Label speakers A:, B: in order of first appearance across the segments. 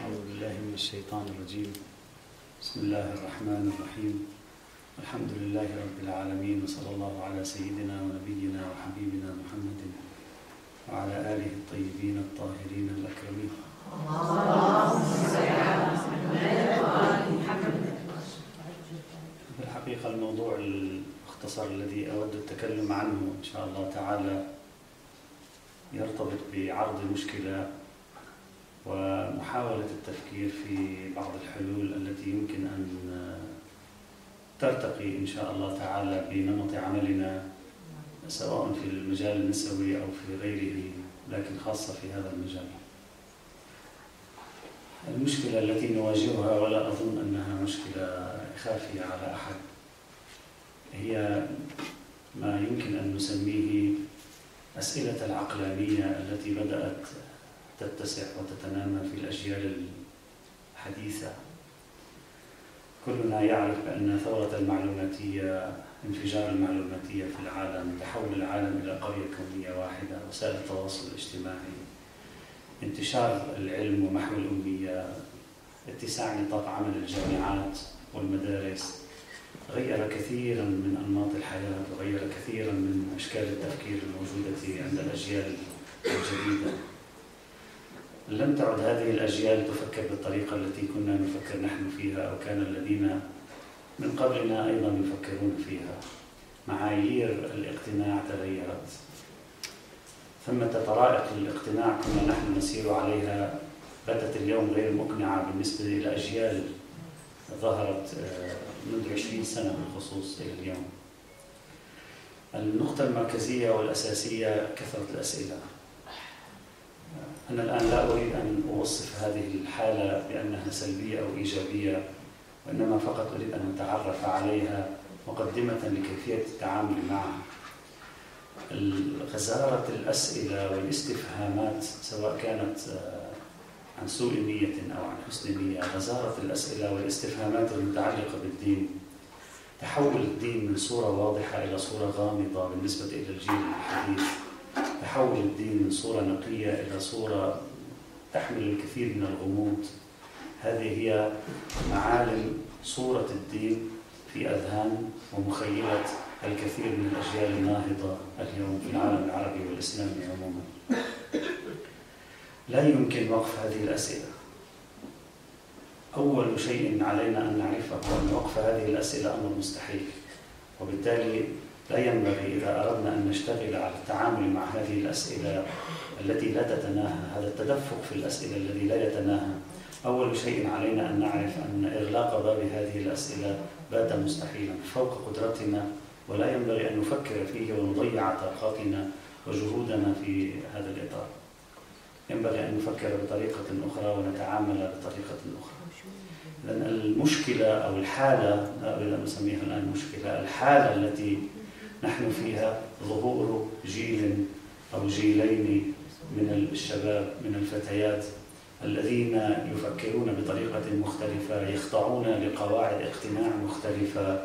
A: أعوذ بالله من الشيطان الرجيم. بسم الله الرحمن الرحيم. الحمد لله رب العالمين، وصلى الله على سيدنا ونبينا وحبيبنا محمد وعلى آله الطيبين الطاهرين الأكرمين. في الحقيقة الموضوع المختصر الذي أود التكلم عنه إن شاء الله تعالى يرتبط بعرض مشكلة ومحاولة التفكير في بعض الحلول التي يمكن أن ترتقي إن شاء الله تعالى بنمط عملنا، سواء في المجال النسوي أو في غيره، لكن خاصة في هذا المجال. المشكلة التي نواجهها، ولا أظن أنها مشكلة خافية على أحد، هي ما يمكن أن نسميه أسئلة العقلانية التي بدأت تتسع وتتنامى في الأجيال الحديثة. كلنا يعرف بأن ثورة المعلوماتية، انفجار المعلوماتية في العالم، تحول العالم إلى قرية كونية واحدة، وسائل التواصل الاجتماعي، انتشار العلم ومحو الأمية، اتساع نطاق عمل الجامعات والمدارس، غير كثيرا من أنماط الحياة وغير كثيرا من أشكال التفكير الموجودة عند الأجيال الجديدة. لم تعد هذه الأجيال تفكر بالطريقة التي كنا نفكر نحن فيها، أو كان الذين من قبلنا أيضا يفكرون فيها. معايير الاقتناع تغيرت، ثمة طرائق الاقتناع كنا نحن نسير عليها باتت اليوم غير مقنعة بالنسبة إلى أجيال ظهرت منذ 20 سنة بالخصوص إلى اليوم. النقطة المركزية والأساسية كثرة الأسئلة. أنا الآن لا أريد أن أوصف هذه الحالة بأنها سلبية أو إيجابية، وإنما فقط أريد أن أتعرف عليها مقدمة لكيفية التعامل معها. غزارة الأسئلة والاستفهامات، سواء كانت عن سوء نية أو عن حسن نية، غزارة الأسئلة والاستفهامات المتعلقة بالدين، تحول الدين من صورة واضحة إلى صورة غامضة بالنسبة إلى الجيل الحديث، تحول الدين من صورة نقية إلى صورة تحمل الكثير من الغموض. هذه هي معالم صورة الدين في أذهان ومخيلة الكثير من الأجيال الناهضة اليوم في العالم العربي والإسلامي عموما. لا يمكن وقف هذه الأسئلة. أول شيء علينا أن نعرفه هو أن وقف هذه الأسئلة أمر مستحيل، وبالتالي لا ينبغي إذا أردنا أن نشتغل على التعامل مع هذه الأسئلة التي لا تتناهى، هذا التدفق في الأسئلة الذي لا يتناهى، أول شيء علينا أن نعرف أن إغلاق باب هذه الأسئلة بات مستحيلا فوق قدرتنا، ولا ينبغي أن نفكر فيه ونضيع طاقاتنا وجهودنا في هذا الإطار. ينبغي أن نفكر بطريقة أخرى ونتعامل بطريقة أخرى. لأن المشكلة أو الحالة، لا أريد أن أسميها الآن مشكلة، الحالة التي نحن فيها ظهور جيل أو جيلين من الشباب، من الفتيات، الذين يفكرون بطريقة مختلفة، يخضعون لقواعد اقتناع مختلفة،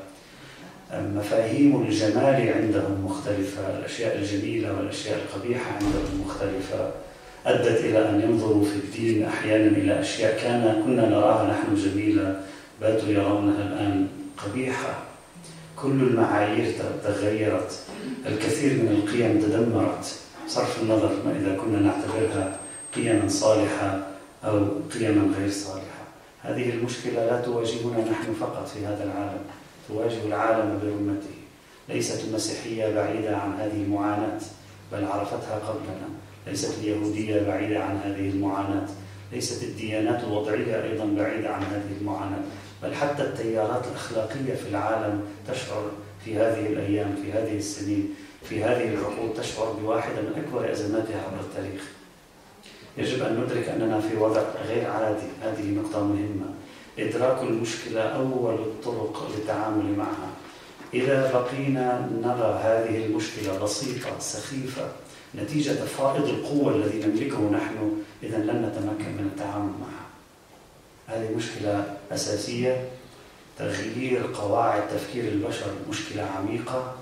A: مفاهيم الجمال عندهم مختلفة، الأشياء الجميلة والأشياء القبيحة عندهم مختلفة، أدت إلى أن ينظروا في الدين أحيانا إلى أشياء كنا نراها نحن جميلة باتوا يرونها الآن قبيحة. كل المعايير تغيرت، الكثير من القيم تدمرت، صرف النظر ما إذا كنا نعتبرها قيما صالحة أو قيما غير صالحة. هذه المشكلة لا تواجهنا نحن فقط في هذا العالم، تواجه العالم برمته. ليست المسيحية بعيدة عن هذه المعاناة، بل عرفتها قبلنا. ليست اليهودية بعيدة عن هذه المعاناة، ليست الديانات الوضعية أيضا بعيدة عن هذه المعاناة، بل حتى التيارات الأخلاقية في العالم تشعر في هذه الأيام، في هذه السنين، في هذه العقود، تشعر بواحدة من أكبر أزماتها عبر التاريخ. يجب أن ندرك أننا في وضع غير عادي. هذه نقطة مهمة. إدراك المشكلة أول الطرق للتعامل معها. إذا بقينا نرى هذه المشكلة بسيطة سخيفة نتيجة فائض القوة الذي نملكه نحن، إذن لن نتمكن من التعامل معها. هذه مشكلة أساسية. تغيير قواعد تفكير البشر مشكلة عميقة.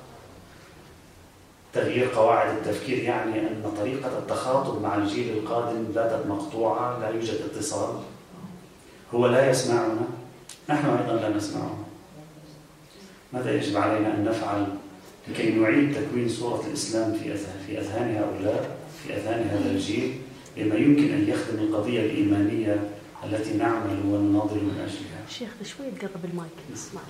A: تغيير قواعد التفكير يعني أن طريقة التخاطب مع الجيل القادم باتت مقطوعة، لا يوجد اتصال. هو لا يسمعنا، نحن أيضا لا نسمعه. ماذا يجب علينا أن نفعل لكي نعيد تكوين صورة الإسلام في أذهان هؤلاء، في أذهان هذا الجيل، بما يمكن أن يخدم القضية الإيمانية التي نعمل ونناضل من أجلها؟
B: شيخ شوي تقرب المايك نسمعك.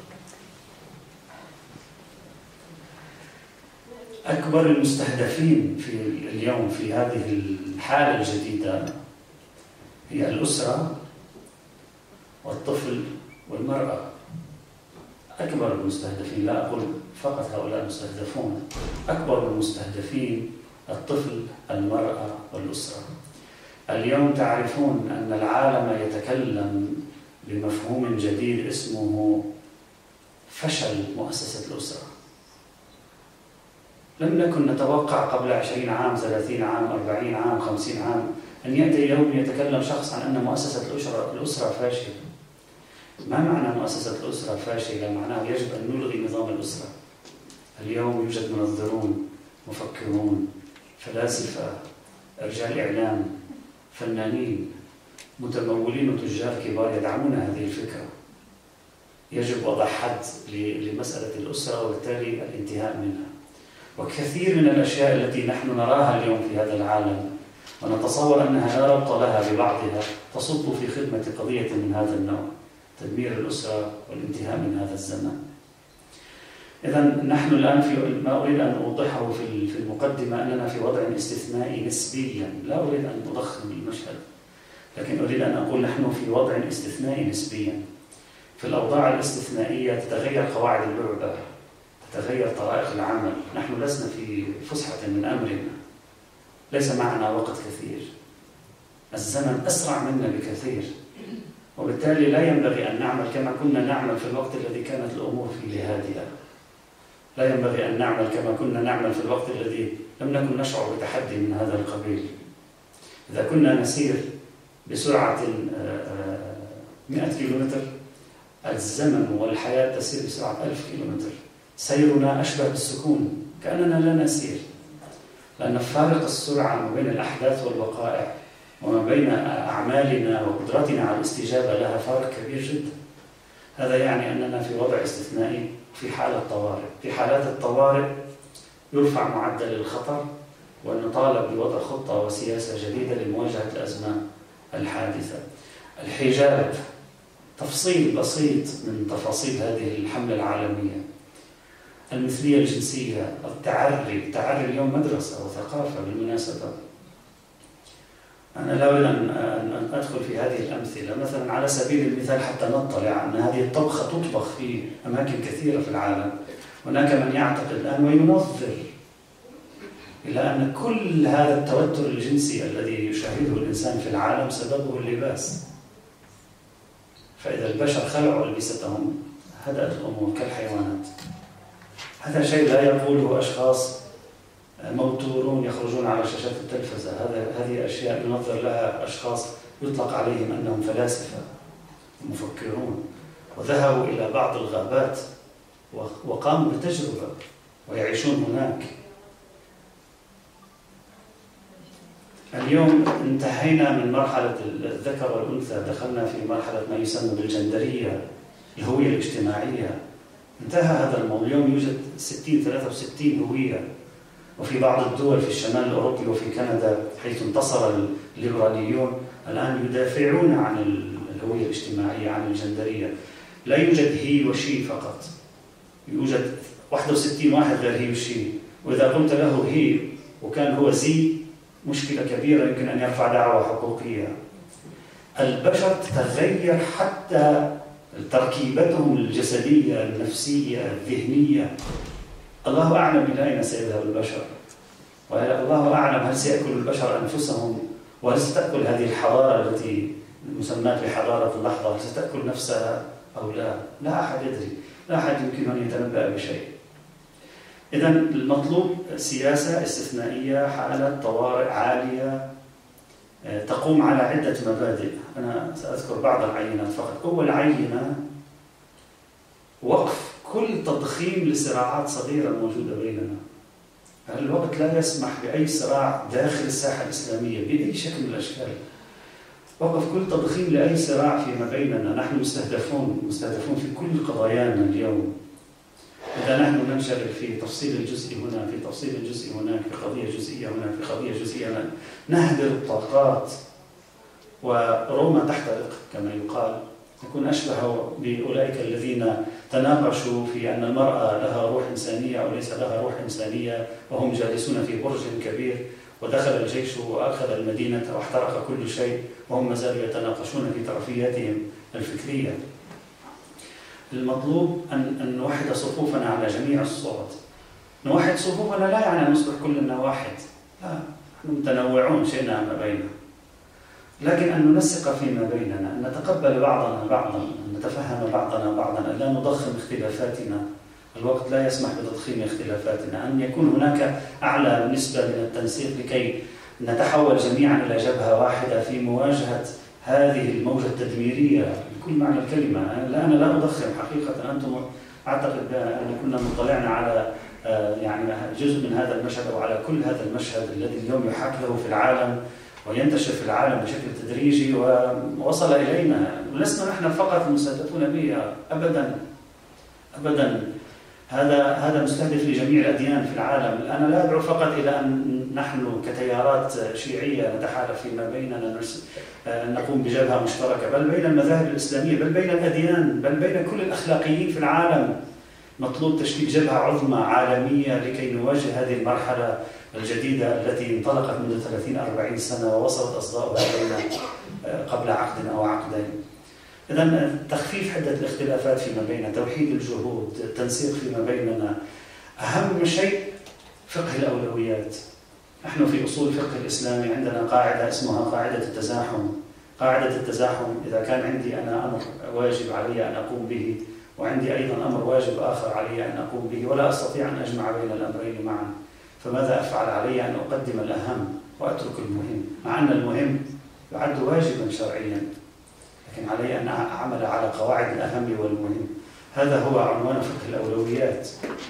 A: أكبر المستهدفين في اليوم في هذه الحالة الجديدة هي الأسرة والطفل والمرأة. أكبر المستهدفين، لا أقول فقط هؤلاء المستهدفون، أكبر المستهدفين الطفل، المرأة والأسرة. اليوم تعرفون أن العالم يتكلم بمفهوم جديد اسمه فشل مؤسسة الأسرة. لم نكن نتوقع قبل 20 عام، 30 عام، 40 عام، 50 عام أن يأتي يوم يتكلم شخص عن أن مؤسسة الأسرة فاشلة. ما معنى مؤسسة الأسرة فاشلة؟ معناه يجب أن نلغي نظام الأسرة. اليوم يوجد منظرون، مفكرون، فلاسفة، رجال إعلام، فنانين، متمولين وتجار كبار يدعمون هذه الفكرة. يجب وضع حد لمسألة الأسرة وبالتالي الانتهاء منها. وكثير من الأشياء التي نحن نراها اليوم في هذا العالم ونتصور أنها لا ربط لها ببعضها تصب في خدمة قضية من هذا النوع، تدمير الأسرة والانتهاء من هذا الزمن. إذن نحن الآن في ما أريد أن أوضحه في المقدمة أننا في وضع استثنائي نسبيا، لا أريد أن أضخم المشهد، لكن أريد أن أقول نحن في وضع استثنائي نسبيا. في الأوضاع الاستثنائية تتغير قواعد اللعبة، تتغير طرائق العمل. نحن لسنا في فسحة من أمرنا، ليس معنا وقت كثير، الزمن أسرع منا بكثير، وبالتالي لا ينبغي أن نعمل كما كنا نعمل في الوقت الذي كانت الأمور فيه هادئة. لا ينبغي أن نعمل كما كنا نعمل في الوقت الذي لم نكن نشعر بتحدي من هذا القبيل. إذا كنا نسير بسرعة 100 كيلومتر، الزمن والحياة تسير بسرعة 1000 كيلومتر. سيرنا أشبه بالسكون، كأننا لا نسير، لأن فارق السرعة ما بين الأحداث والوقائع وما بين أعمالنا وقدرتنا على الاستجابة لها فارق كبير جدا. هذا يعني أننا في وضع استثنائي في حالة طوارئ. في حالات الطوارئ يرفع معدل الخطر ونطالب بوضع خطة وسياسة جديدة لمواجهة الأزمة الحادثة. الحجاب تفصيل بسيط من تفاصيل هذه الحملة العالمية. المثلية الجنسية، التعري اليوم مدرسة وثقافة بالمناسبة. أنا لا أريد أن أدخل في هذه الأمثلة. مثلا على سبيل المثال حتى نطلع أن هذه الطبخة تطبخ في أماكن كثيرة في العالم، هناك من يعتقد الآن وينظر إلى أن كل هذا التوتر الجنسي الذي يشاهده الإنسان في العالم سببه اللباس. فإذا البشر خلعوا ألبستهم هدأت الأمور كالحيوانات. هذا شيء لا يقوله أشخاص موتورون يخرجون على شاشات التلفزة. هذه أشياء ينظر لها أشخاص يطلق عليهم أنهم فلاسفة مفكرون، وذهبوا إلى بعض الغابات وقاموا بتجربة ويعيشون هناك. اليوم انتهينا من مرحلة الذكر والأنثى، دخلنا في مرحلة ما يسمى بالجندرية، الهوية الاجتماعية. انتهى هذا الموضوع. اليوم يوجد 63 هوية، وفي بعض الدول في الشمال الأوروبي وفي كندا حيث انتصر الليبراليون الآن يدافعون عن الهوية الاجتماعية، عن الجندرية. لا يوجد هي وشي فقط، يوجد 61 واحد غير هي وشي، وإذا قلت له هي وكان هو زي مشكلة كبيرة يمكن أن يرفع دعوى حقوقية. البشر تتغير حتى تركيبتهم الجسدية، النفسية، الذهنية. الله أعلم إلى أين سيذهب البشر، والله أعلم هل سيأكل البشر أنفسهم، وهل ستأكل هذه الحضارة التي مسمات بحضارة اللحظة، هل ستأكل نفسها أو لا؟ لا أحد يدري، لا أحد يمكن أن يتنبأ بشيء. إذن المطلوب سياسة استثنائية، حالة طوارئ عالية تقوم على عدة مبادئ. أنا سأذكر بعض العينات فقط. أول عينة وقف كل تضخيم لصراعات صغيرة موجودة بيننا. الوقت لا يسمح بأي صراع داخل الساحة الإسلامية بأي شكل من الأشكال. وقف كل تضخيم لأي صراع فيما بيننا. نحن مستهدفون في كل قضايانا اليوم. إذا نحن ننشغل في تفصيل الجزء هنا، في تفصيل الجزء هناك، في قضية جزئية هنا، في قضية جزئية هنا، نهدر الطاقات وروما تحترق كما يقال. نكون أشبه بأولئك الذين تناقشوا في أن المرأة لها روح إنسانية أو ليس لها روح إنسانية، وهم جالسون في برج كبير، ودخل الجيش وأخذ المدينة واحترق كل شيء، وهم ما زالوا يتناقشون في طرفياتهم الفكرية. المطلوب أن نوحد صفوفنا على جميع الصعد. نوحد صفوفنا لا يعني أن نصبح كلنا واحد، لا، نحن متنوعون شئنا ما بيننا، لكن أن ننسق فيما بيننا، أن نتقبل بعضنا بعضا، أن نتفهم بعضنا بعضا، أن لا نضخم اختلافاتنا. الوقت لا يسمح بتضخيم اختلافاتنا، أن يكون هناك أعلى نسبة من التنسيق لكي نتحول جميعا إلى جبهة واحدة في مواجهة هذه الموجة التدميرية بكل معنى الكلمة. أنا لا أضخم حقيقة. أنتم أعتقد أن كنا مطلعنا على يعني جزء من هذا المشهد أو على كل هذا المشهد الذي اليوم يحاك له في العالم وينتشر في العالم بشكل تدريجي ووصل إلينا. ولسنا نحن فقط المستهدفون به، أبدا أبدا. هذا مستهدف لجميع الأديان في العالم. أنا لا أدعو فقط إلى أن نحن كتيارات شيعية نتحالف فيما بيننا، نقوم بجبهة مشتركة، بل بين المذاهب الإسلامية، بل بين الأديان، بل بين كل الأخلاقيين في العالم. مطلوب تشكيل جبهة عظمى عالمية لكي نواجه هذه المرحلة الجديدة التي انطلقت منذ 30-40 سنة ووصلت أصداؤها إلينا قبل عقد أو عقدين. إذن تخفيف حدة الاختلافات فيما بيننا، توحيد الجهود، التنسيق فيما بيننا. أهم شيء فقه الأولويات. نحن في أصول الفقه الإسلامي عندنا قاعدة اسمها قاعدة التزاحم. قاعدة التزاحم، إذا كان عندي أنا أمر واجب علي أن أقوم به، وعندي أيضا أمر واجب آخر علي أن أقوم به، ولا أستطيع أن أجمع بين الأمرين معا، فماذا أفعل؟ علي أن أقدم الأهم وأترك المهم، مع أن المهم يعد واجبا شرعيا، لكن علي أن أعمل على قواعد الأهم والمهم. هذا هو عنوان فقه الأولويات.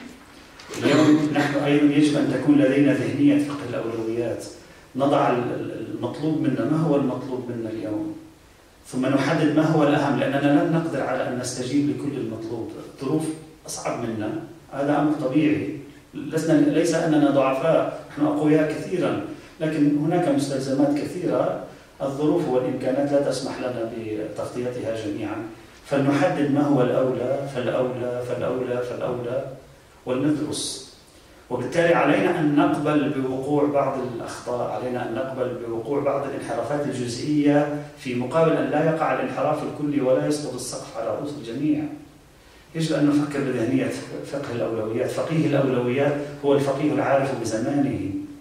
A: اليوم نحن أيضا يجب أن تكون لدينا ذهنية فقه الأولويات. نضع المطلوب منا، ما هو المطلوب منا اليوم، ثم نحدد ما هو الأهم، لأننا لن نقدر على أن نستجيب لكل المطلوب. الظروف أصعب منا، هذا أمر طبيعي. ليس أننا ضعفاء، نحن أقوياء كثيرا، لكن هناك مستلزمات كثيرة الظروف والإمكانات لا تسمح لنا بتغطيتها جميعا. فلنحدد ما هو الأولى فالأولى فالأولى فالأولى ولندرس. وبالتالي علينا أن نقبل بوقوع بعض الأخطاء، علينا أن نقبل بوقوع بعض الانحرافات الجزئية، في مقابل أن لا يقع الانحراف الكلي ولا يسقط السقف على رؤوس الجميع. يجب أن نفكر بذهنية فقه الأولويات. فقيه الأولويات هو الفقيه العارف بزمانه.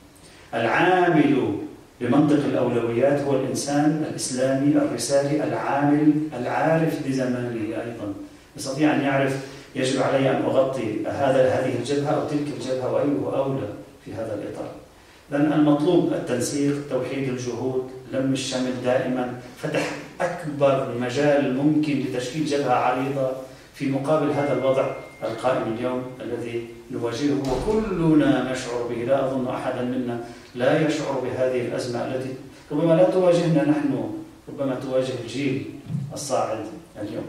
A: العامل بمنطق الأولويات هو الإنسان الإسلامي الرسالي العامل العارف بزمانه أيضا، يستطيع أن يعرف يجب علي أن أغطي هذه الجبهة أو تلك الجبهة، وأيه أولى في هذا الإطار. لأن المطلوب التنسيق، توحيد الجهود، لم الشمل دائما، فتح أكبر مجال ممكن لتشكيل جبهة عريضة في مقابل هذا الوضع القائم اليوم الذي نواجهه وكلنا نشعر به. لا أظن أحدا منا لا يشعر بهذه الأزمة التي ربما لا تواجهنا نحن، ربما تواجه الجيل الصاعد اليوم.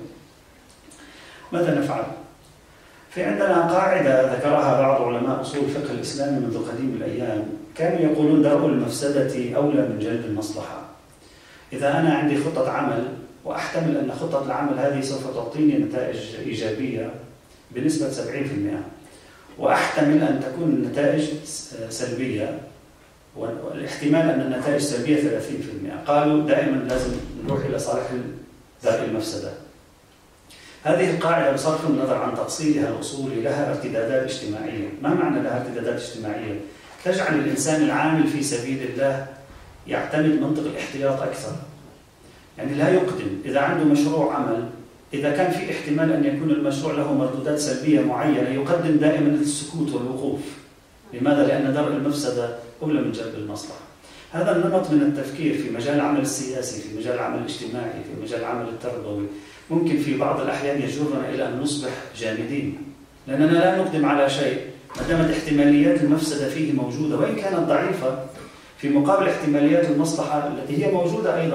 A: ماذا نفعل؟ في عندنا قاعدة ذكرها بعض علماء أصول الفقه الإسلامي منذ قديم الأيام، كانوا يقولون درء المفسدة أولى من جلب المصلحة. إذا أنا عندي خطة عمل وأحتمل أن خطة العمل هذه سوف تعطيني نتائج إيجابية بنسبة 70%، وأحتمل أن تكون النتائج سلبية، والاحتمال أن النتائج سلبية 30%. قالوا دائما لازم نروح إلى صالح درء المفسدة. هذه القاعدة بصرف النظر عن تأصيلها الأصولي لها ارتدادات اجتماعية. ما معنى لها ارتدادات اجتماعية؟ تجعل الإنسان العامل في سبيل الله يعتمد منطق الاحتياط أكثر، يعني لا يقدم. إذا عنده مشروع عمل، إذا كان في احتمال أن يكون المشروع له مردودات سلبية معينة، يقدم دائما السكوت والوقوف. لماذا؟ لأن درء المفسدة أولى من جلب المصلحة. هذا النمط من التفكير في مجال العمل السياسي، في مجال العمل الاجتماعي، في مجال العمل التربوي، ممكن في بعض الأحيان يجرنا إلى أن نصبح جامدين، لأننا لا نقدم على شيء ما دامت احتماليات المفسدة فيه موجودة وإن كانت ضعيفة، في مقابل احتماليات المصلحة التي هي موجودة أيضا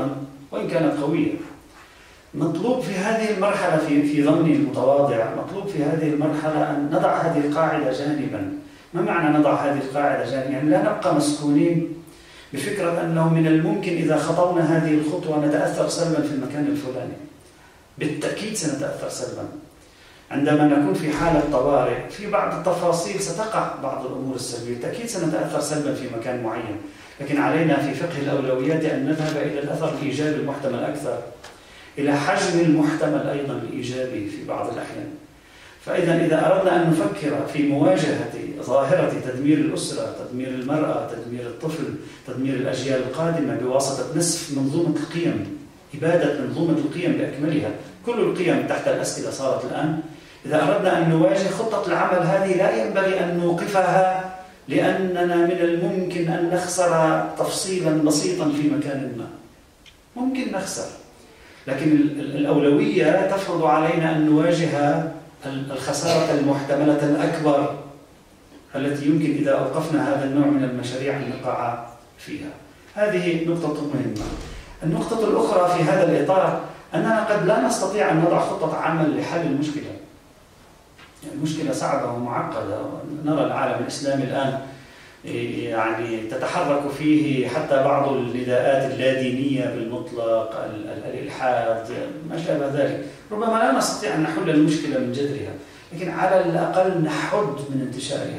A: وإن كانت قوية. مطلوب في هذه المرحلة في ظني المتواضع، مطلوب في هذه المرحلة أن نضع هذه القاعدة جانبا. ما معنى نضع هذه القاعدة جانبا؟ يعني لا نبقى مسكونين بفكرة أنه من الممكن إذا خطونا هذه الخطوة نتأثر سلبا في المكان الفلاني. بالتأكيد سنتأثر سلبا. عندما نكون في حالة طوارئ في بعض التفاصيل ستقع بعض الأمور السلبية، بالتأكيد سنتأثر سلبا في مكان معين، لكن علينا في فقه الأولويات أن نذهب إلى الأثر الإيجابي المحتمل أكثر، إلى حجم المحتمل أيضا الإيجابي في بعض الأحيان. فإذا إذا أردنا أن نفكر في مواجهة ظاهرة تدمير الأسرة، تدمير المرأة، تدمير الطفل، تدمير الأجيال القادمة بواسطة نسف منظومة القيم، إبادة منظومة القيم بأكملها، كل القيم تحت الأسئلة صارت الآن. إذا أردنا أن نواجه خطة العمل هذه لا ينبغي أن نوقفها لأننا من الممكن أن نخسر تفصيلا بسيطا في مكان ما. ممكن نخسر، لكن الأولوية تفرض علينا أن نواجه الخسارة المحتملة الأكبر التي يمكن إذا أوقفنا هذا النوع من المشاريع أن نقع فيها. هذه نقطة مهمة. النقطة الأخرى في هذا الإطار أننا قد لا نستطيع أن نضع خطة عمل لحل المشكلة. المشكلة صعبة ومعقدة، نرى العالم الإسلامي الآن يعني تتحرك فيه حتى بعض النداءات اللادينية بالمطلق، الإلحاد، ما شابه ذلك. ربما لا نستطيع أن نحل المشكلة من جذرها، لكن على الأقل نحد من انتشارها.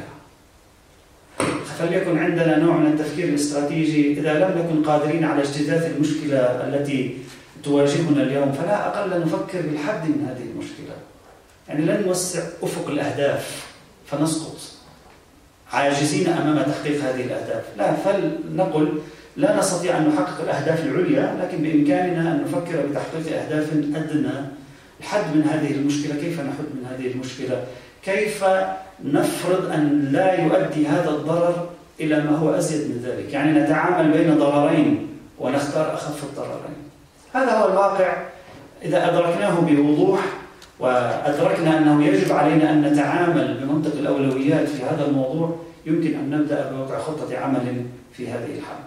A: فليكن عندنا نوع من التفكير الاستراتيجي. إذا لم نكن قادرين على اجتثاث المشكلة التي تواجهنا اليوم، فلا أقل نفكر بالحد من هذه المشكلة. يعني لن نوسع أفق الأهداف فنسقط عاجزين أمام تحقيق هذه الأهداف، لا، فلنقل لا نستطيع أن نحقق الأهداف العليا، لكن بإمكاننا أن نفكر بتحقيق أهداف أدنى. الحد من هذه المشكلة، كيف نحد من هذه المشكلة؟ كيف نفرض أن لا يؤدي هذا الضرر إلى ما هو أزيد من ذلك؟ يعني نتعامل بين ضررين ونختار أخف الضررين. هذا هو الواقع. إذا أدركناه بوضوح وأدركنا أنه يجب علينا أن نتعامل بمنطق الأولويات في هذا الموضوع، يمكن أن نبدأ بوضع خطة عمل في هذه الحالة.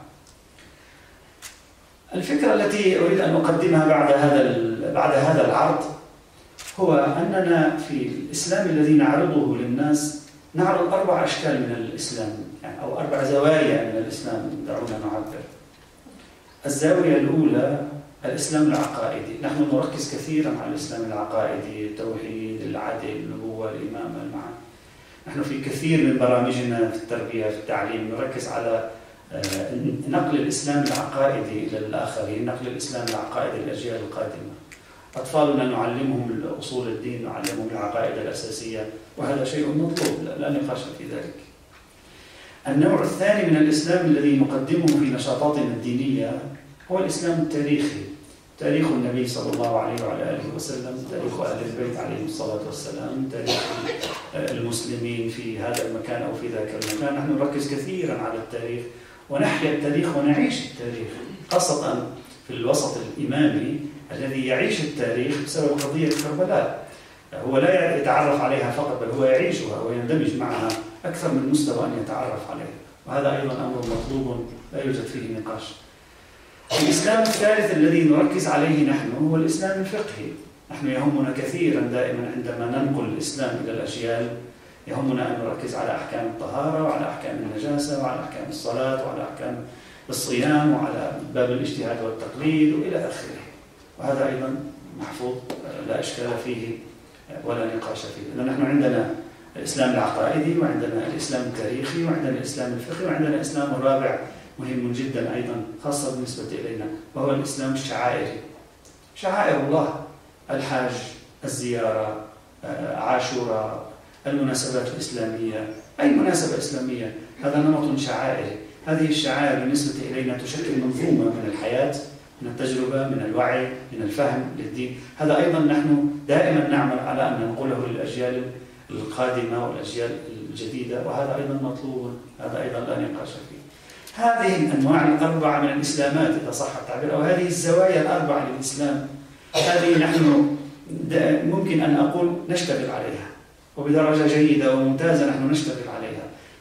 A: الفكرة التي أريد أن أقدمها بعد هذا العرض هو أننا في الإسلام الذي نعرضه للناس نعرض 4 أشكال من الإسلام، يعني أو 4 زوايا من الإسلام، دعونا نعبر. الزاوية الأولى الإسلام العقائدي. نحن نركز كثيرا على الإسلام العقائدي، التوحيد، العدل، النبوة، الإمامة، المعاد. نحن في كثير من برامجنا في التربية في التعليم نركز على نقل الإسلام العقائدي إلى الآخرين، نقل الإسلام العقائدي للأجيال القادمة. أطفالنا نعلمهم أصول الدين، نعلمهم العقائد الأساسية، وهذا شيء مطلوب لا نقاش في ذلك. النوع الثاني من الإسلام الذي نقدمه في نشاطاتنا الدينية هو الإسلام التاريخي، تاريخ النبي صلى الله عليه وعلى آله وسلم، تاريخ أهل البيت عليهم الصلاة والسلام، تاريخ المسلمين في هذا المكان أو في ذاك المكان. نحن نركز كثيرا على التاريخ ونحيا التاريخ ونعيش التاريخ، خاصة في الوسط الإمامي الذي يعيش التاريخ بسبب قضية كربلاء. هو لا يتعرف عليها فقط، بل هو يعيشها ويندمج معها أكثر من مستوى أن يتعرف عليها، وهذا أيضا أمر مطلوب لا يوجد فيه نقاش. الإسلام الثالث الذي نركز عليه نحن هو الإسلام الفقهي. نحن يهمنا كثيرا دائما عندما ننقل الإسلام إلى الأجيال، يهمنا أن نركز على أحكام الطهارة وعلى أحكام النجاسة وعلى أحكام الصلاة وعلى أحكام الصيام وعلى باب الاجتهاد والتقليد وإلى آخره، وهذا أيضا محفوظ لا إشكال فيه ولا نقاش فيه. إذن نحن عندنا الإسلام العقائدي، وعندنا الإسلام التاريخي، وعندنا الإسلام الفقهي، وعندنا الإسلام الرابع مهم جدا أيضا خاصة بالنسبة إلينا، وهو الإسلام الشعائري. شعائر الله، الحاج، الزيارة، عاشوراء، المناسبات الإسلامية، أي مناسبة إسلامية، هذا نمط شعائري. هذه الشعائر بالنسبة إلينا تشكل منظومة من الحياة، من التجربة، من الوعي، من الفهم للدين. هذا أيضا نحن دائما نعمل على أن ننقله للأجيال القادمة والأجيال الجديدة، وهذا أيضا مطلوب، هذا أيضا لا نقاش فيه. هذه الأنواع الأربعة من الإسلامات إذا صح التعبير، أو هذه الزوايا الأربعة للإسلام، هذه نحن ممكن أن أقول نشتغل عليها، وبدرجة جيدة وممتازة نحن نشتغل عليها.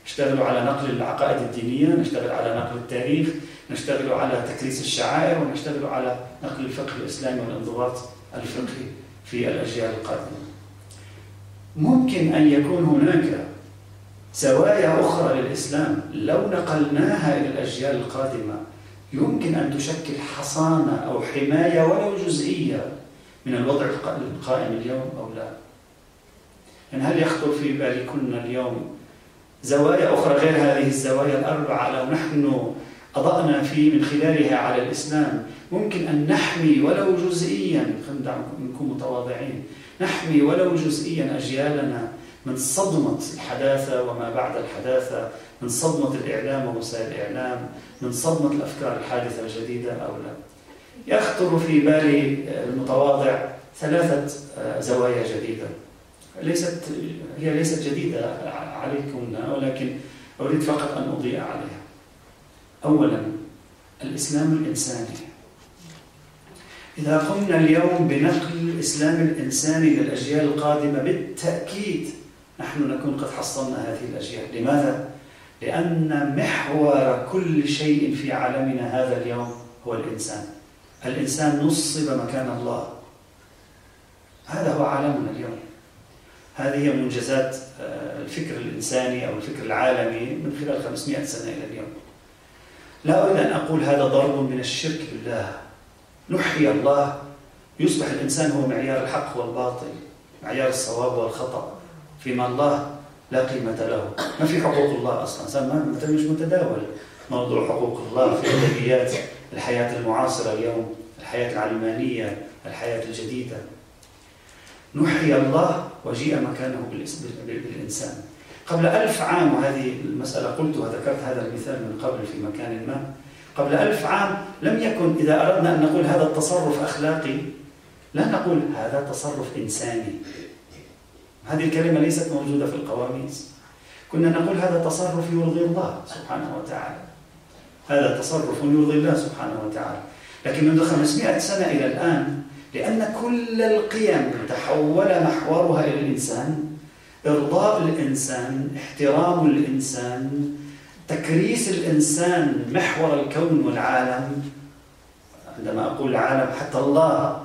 A: نشتغل على نقل العقائد الدينية، نشتغل على نقل التاريخ، نشتغل على تكريس الشعائر، ونشتغل على نقل الفقه الإسلامي والانضباط الفقهي في الأجيال القادمة. ممكن أن يكون هناك زوايا أخرى للإسلام لو نقلناها إلى الأجيال القادمة يمكن أن تشكل حصانة أو حماية ولو جزئية من الوضع القائم اليوم أو لا. يعني هل يخطر في بالكم اليوم زوايا أخرى غير هذه الزوايا الأربعة لو نحن أضأنا من خلالها على الإسلام ممكن أن نحمي ولو جزئيا، خلينا نكون متواضعين، نحمي ولو جزئيا أجيالنا من صدمة الحداثة وما بعد الحداثة، من صدمة الإعلام ووسائل الإعلام، من صدمة الأفكار الحادثة الجديدة أو لا؟ يخطر في بالي المتواضع 3 زوايا جديدة، هي ليست جديدة عليكم ولكن أريد فقط أن أضيء عليها. أولا، الإسلام الإنساني. إذا قمنا اليوم بنقل الإسلام الإنساني للأجيال القادمة بالتأكيد نحن نكون قد حصلنا هذه الأجيال. لماذا؟ لأن محور كل شيء في عالمنا هذا اليوم هو الإنسان. الإنسان نصب مكان الله، هذا هو عالمنا اليوم. هذه هي منجزات الفكر الإنساني أو الفكر العالمي من خلال 500 سنة إلى اليوم. لا أريد أن أقول هذا ضرب من الشرك بالله. نحيي الله، يصبح الإنسان هو معيار الحق والباطل، معيار الصواب والخطأ، فيما الله لا قيمة له. ما في حقوق الله أصلا، مش متداول موضوع حقوق الله في أدبيات الحياة المعاصرة اليوم، الحياة العلمانية، الحياة الجديدة. نحيي الله وجيء مكانه بالإنسان. قبل 1000 عام، وهذه المسألة قلتها، ذكرت هذا المثال من قبل في مكان ما، قبل 1000 عام لم يكن إذا أردنا أن نقول هذا التصرف أخلاقي لا نقول هذا تصرف إنساني. هذه الكلمة ليست موجودة في القواميس. كنا نقول هذا تصرف يرضي الله سبحانه وتعالى، هذا تصرف يرضي الله سبحانه وتعالى. لكن منذ 500 سنة إلى الآن، لأن كل القيم تحول محورها إلى الإنسان، إرضاء الإنسان، احترام الإنسان، تكريس الإنسان محور الكون والعالم. عندما أقول العالم حتى الله،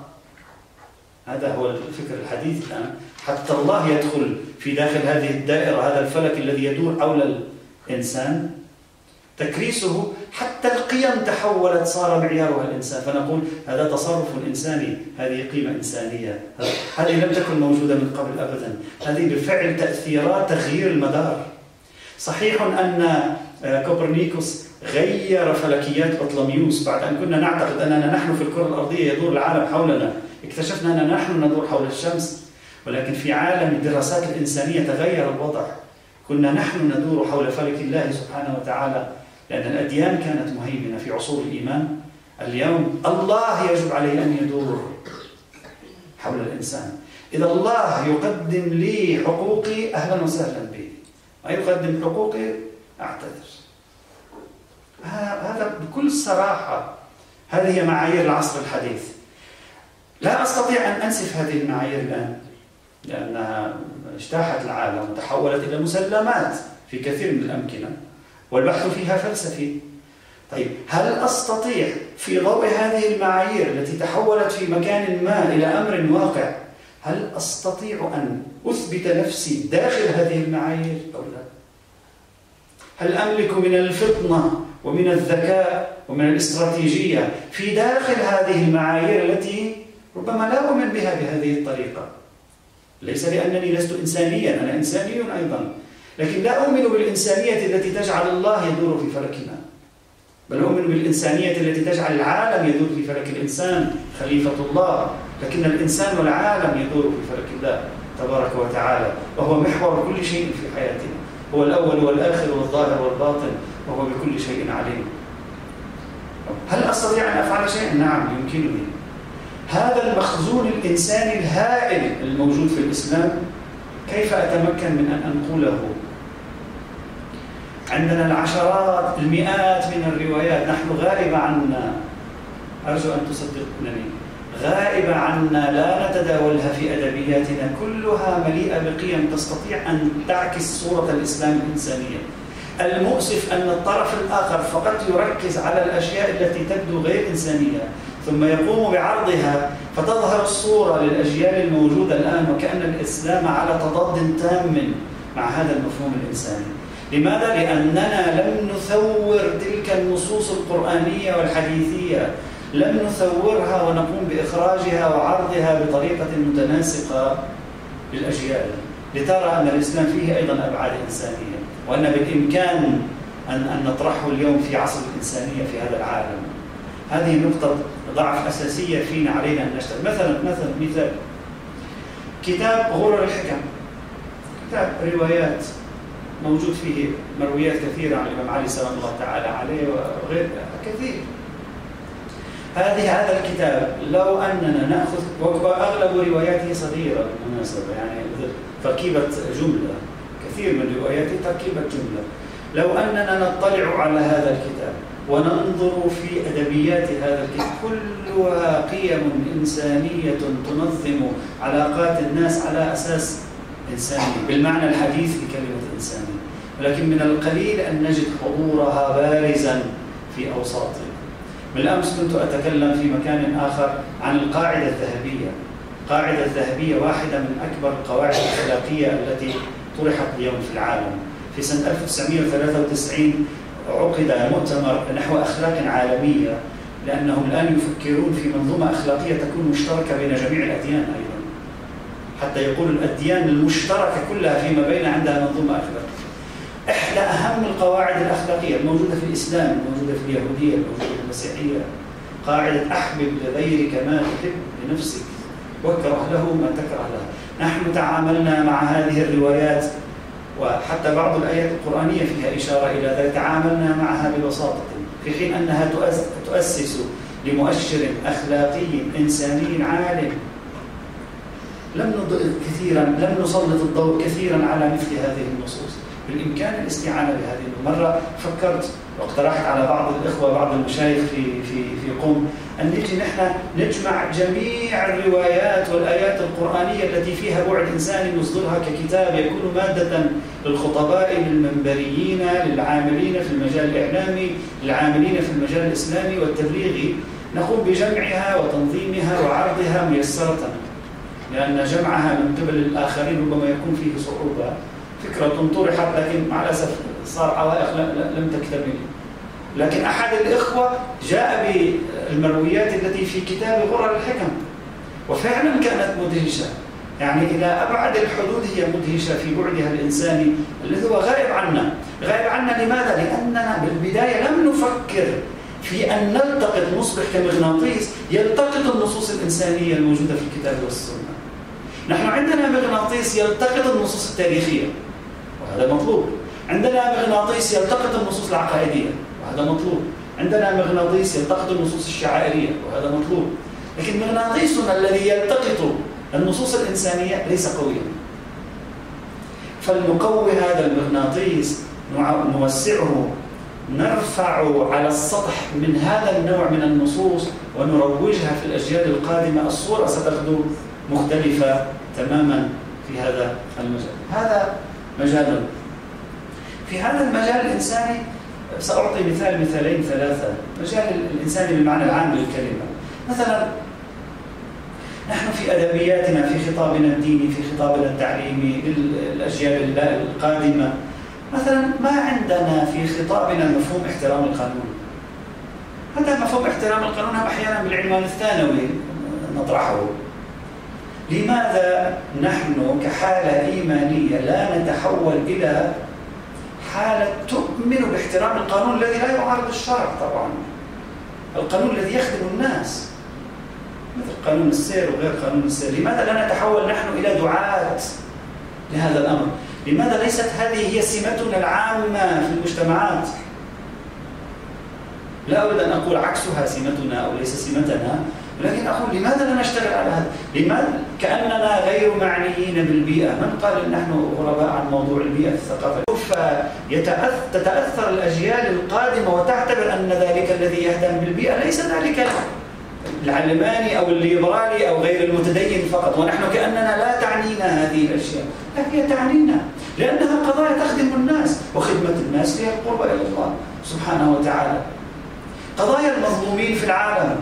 A: هذا هو الفكر الحديث الآن، حتى الله يدخل في داخل هذه الدائرة، هذا الفلك الذي يدور حول الإنسان، تكريسه. حتى القيم تحولت، صار معيارها الإنسان، فنقول هذا تصرف إنساني، هذه قيمة إنسانية. هذه لم تكن موجودة من قبل أبدا، هذه بالفعل تأثيرات تغيير المدار. صحيح أن كوبرنيكوس غير فلكيات بطلميوس بعد أن كنا نعتقد أننا نحن في الكرة الأرضية يدور العالم حولنا، اكتشفنا أننا نحن ندور حول الشمس، ولكن في عالم الدراسات الإنسانية تغير الوضع. كنا نحن ندور حول فلك الله سبحانه وتعالى، لأن الأديان كانت مهيمنة في عصور الإيمان. اليوم الله يجب عليه أن يدور حول الإنسان. إذا الله يقدم لي حقوقي أهلا وسهلا به، ما يقدم حقوقي أعتذر. هذا بكل صراحة، هذه هي معايير العصر الحديث. لا أستطيع أن أنسف هذه المعايير الآن لأنها اجتاحت العالم وتحولت إلى مسلمات في كثير من الأمكنة، والبحث فيها فلسفي. طيب، هل أستطيع في ضوء هذه المعايير التي تحولت في مكان ما إلى أمر واقع، هل أستطيع أن أثبت نفسي داخل هذه المعايير أو لا؟ هل أملك من الفطنة ومن الذكاء ومن الاستراتيجية في داخل هذه المعايير التي ربما لا أؤمن بها بهذه الطريقة؟ ليس لأنني لست إنسانيا، أنا إنساني أيضا، لكن لا أؤمن بالإنسانية التي تجعل الله يدور في فلكنا، بل أؤمن بالإنسانية التي تجعل العالم يدور في فلك الإنسان خليفة الله، لكن الإنسان والعالم يدور في فلك الله تبارك وتعالى، وهو محور كل شيء في حياتنا، هو الأول والآخر والظاهر والباطن، وهو بكل شيء عليم. هل أستطيع أن أفعل شيئا؟ نعم، يمكنني. هذا المخزون الإنساني الهائل الموجود في الإسلام كيف أتمكن من أن أنقله؟ عندنا العشرات المئات من الروايات، نحن غائبة عنا، أرجو أن تصدقونني، غائبة عنا، لا نتداولها في أدبياتنا، كلها مليئة بقيم تستطيع أن تعكس صورة الإسلام الإنسانية. المؤسف أن الطرف الآخر فقط يركز على الأشياء التي تبدو غير إنسانية ثم يقوم بعرضها، فتظهر الصورة للأجيال الموجودة الآن وكأن الإسلام على تضاد تام مع هذا المفهوم الإنساني. لماذا؟ لأننا لم نثور تلك النصوص القرآنية والحديثية، لم نثورها ونقوم بإخراجها وعرضها بطريقة متناسقة للأجيال، لترى أن الإسلام فيه أيضا أبعاد إنسانية، وأن بالإمكان أن نطرحه اليوم في عصر الإنسانية في هذا العالم. هذه نقطة ضعف أساسية فينا، علينا أن نشتغل. مثلا كتاب غرر الحكم، كتاب روايات موجود فيه مرويات كثيرة عن الإمام علي سلام الله تعالى عليه وغير كثير. هذا الكتاب لو أننا نأخذ، وأغلب رواياته صغيرة بالمناسبة، يعني تركيبة جملة، كثير من رواياته تركيبة جملة. لو أننا نطلع على هذا الكتاب وننظر في أدبيات هذا الكتاب، كلها قيم إنسانية تنظم علاقات الناس على أساس إنساني بالمعنى الحديث لكلمة إنساني، ولكن من القليل أن نجد حضورها بارزا في أوساطنا. بالأمس كنت أتكلم في مكان آخر عن القاعدة الذهبية. القاعدة الذهبية واحدة من أكبر القواعد الأخلاقية التي طرحت اليوم في العالم. في سنة 1993 عقد مؤتمر نحو أخلاق عالمية، لأنهم الآن يفكرون في منظومة أخلاقية تكون مشتركة بين جميع الأديان أيضا، حتى يقول الأديان المشتركة كلها فيما بين عندها منظومة أخلاقية. إحدى أهم القواعد الأخلاقية الموجودة في الإسلام، الموجودة في اليهودية، الموجودة في المسيحية، قاعدة أحبب لغيرك ما تحب لنفسك واكره له ما تكره له. نحن تعاملنا مع هذه الروايات وحتى بعض الآيات القرآنية فيها إشارة إلى ذلك، تعاملنا معها ببساطة، في حين أنها تؤسس لمؤشر أخلاقي إنساني عالٍ. لم نسلط الضوء كثيرا على مثل هذه النصوص. بالإمكان الاستعانة بهذه. مرة فكرت واقترحت على بعض الإخوة، بعض المشايخ في قم، أن نجي نحن نجمع جميع الروايات والآيات القرآنية التي فيها بعد إنساني، نصدرها ككتاب يكون مادة للخطباء، للمنبريين، للعاملين في المجال الإعلامي، للعاملين في المجال الإسلامي والتبليغي، نقوم بجمعها وتنظيمها وعرضها ميسرة، لأن جمعها من قبل الآخرين ربما يكون فيه صعوبة. فكرة طرحت لكن مع الأسف صار عوائق لم تكتمل. لكن أحد الإخوة جاء بالمرويات التي في كتاب غرر الحكم، وفعلا كانت مدهشة، يعني إلى أبعد الحدود هي مدهشة في بعدها الإنساني الذي هو غائب عنا. غائب عنا لماذا؟ لأننا بالبداية لم نفكر في أن نلتقط، نصبح كمغناطيس يلتقط النصوص الإنسانية الموجودة في الكتاب والسنة. نحن عندنا مغناطيس يلتقط النصوص التاريخية وهذا مطلوب، عندنا مغناطيس يلتقط النصوص العقائدية وهذا مطلوب، عندنا مغناطيس يلتقط النصوص الشعائرية وهذا مطلوب، لكن مغناطيسنا الذي يلتقط النصوص الإنسانية ليس قويا. فلنقوي هذا المغناطيس، نوسعه، نرفع على السطح من هذا النوع من النصوص ونروجها في الأجيال القادمة. الصورة ستبدو مختلفة تماما في هذا المجال. هذا مجال. في هذا المجال الإنساني سأعطي مثالين ثلاثة. مجال الإنساني بالمعنى العام للكلمة، مثلا نحن في أدبياتنا، في خطابنا الديني، في خطابنا التعليمي للأجيال القادمة، مثلا ما عندنا في خطابنا مفهوم احترام القانون. هذا مفهوم احترام القانون أحيانا بالعنوان الثانوي نطرحه. لماذا نحن كحالة إيمانية لا نتحول إلى حالة تؤمن باحترام القانون الذي لا يعارض الشرع؟ طبعا القانون الذي يخدم الناس، مثل قانون السير وغير قانون السير. لماذا لا نتحول نحن إلى دعاة لهذا الأمر؟ لماذا ليست هذه هي سمتنا العامة في المجتمعات؟ لا أريد أن أقول عكسها سمتنا أو ليس سمتنا، ولكن أقول لماذا لا نشتغل على هذا؟ لماذا كأننا غير معنيين بالبيئة؟ من قال إن نحن غرباء عن موضوع البيئة في الثقافة؟ فتتأثر الأجيال القادمة وتعتبر أن ذلك الذي يهتم بالبيئة ليس ذلك العلماني أو الليبرالي أو غير المتدين فقط، ونحن كأننا لا تعنينا هذه الأشياء. لا، هي تعنينا، لأنها قضايا تخدم الناس، وخدمة الناس هي القرب إلى الله سبحانه وتعالى. قضايا المظلومين في العالم،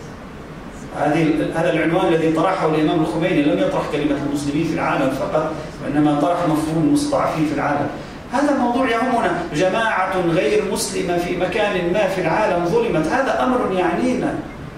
A: هذا العنوان الذي طرحه الإمام الخميني لم يطرح كلمة المسلمين في العالم فقط، وإنما طرح مفهوم المستضعفين في العالم. هذا موضوع يهمنا. جماعة غير مسلمة في مكان ما في العالم ظلمت، هذا أمر يعنينا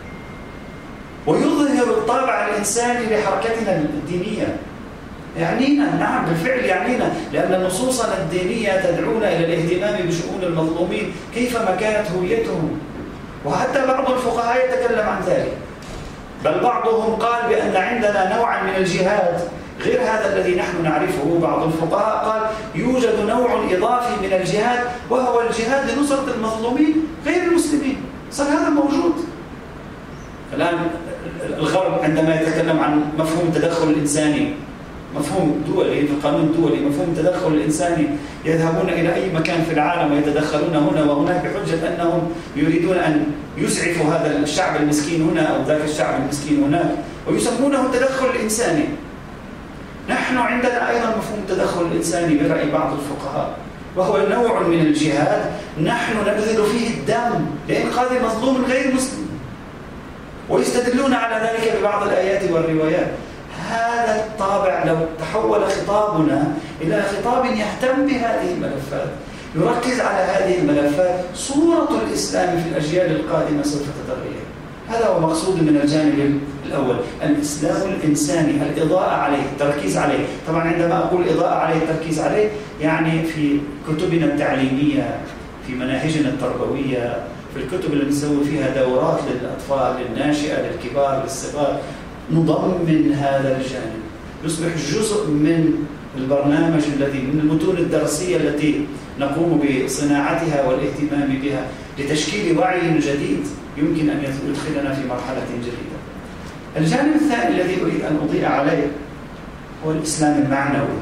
A: ويظهر الطابع الإنساني لحركتنا الدينية. يعنينا، نعم بالفعل يعنينا، لأن نصوصنا الدينية تدعونا إلى الاهتمام بشؤون المظلومين كيفما كانت هويتهم. وحتى بعض الفقهاء يتكلم عن ذلك، بل بعضهم قال بأن عندنا نوعا من الجهاد غير هذا الذي نحن نعرفه. بعض الفقهاء قال يوجد نوع إضافي من الجهاد، وهو الجهاد لنصرة المظلومين غير المسلمين. صار هذا موجود الآن. الغرب عندما يتكلم عن مفهوم التدخل الإنساني، مفهوم دولي في القانون الدولي، مفهوم التدخل الإنساني، يذهبون إلى أي مكان في العالم ويتدخلون هنا وهناك بحجة أنهم يريدون أن يسعفوا هذا الشعب المسكين هنا أو ذاك الشعب المسكين هناك، ويسمونه التدخل الإنساني. نحن عندنا أيضا مفهوم التدخل الإنساني برأي بعض الفقهاء، وهو نوع من الجهاد نحن نبذل فيه الدم لإنقاذ مظلوم غير مسلم، ويستدلون على ذلك ببعض الآيات والروايات. هذا الطابع لو تحول خطابنا إلى خطاب يهتم بهذه الملفات، يركز على هذه الملفات، صورة الإسلام في الأجيال القادمة سوف تتغير. هذا هو مقصود من الجانب الأول، الإسلام الإنساني، الإضاءة عليه، التركيز عليه. طبعا عندما أقول الإضاءة عليه، التركيز عليه، يعني في كتبنا التعليمية، في مناهجنا التربوية، في الكتب اللي نسوي فيها دورات للأطفال، للناشئة، للكبار، للصغار، نضمن هذا الجانب، يصبح جزء من البرنامج الذي من المتون الدرسية التي نقوم بصناعتها والاهتمام بها لتشكيل وعي جديد يمكن أن يدخلنا في مرحلة جديدة. الجانب الثاني الذي أريد أن أضيء عليه هو الإسلام المعنوي.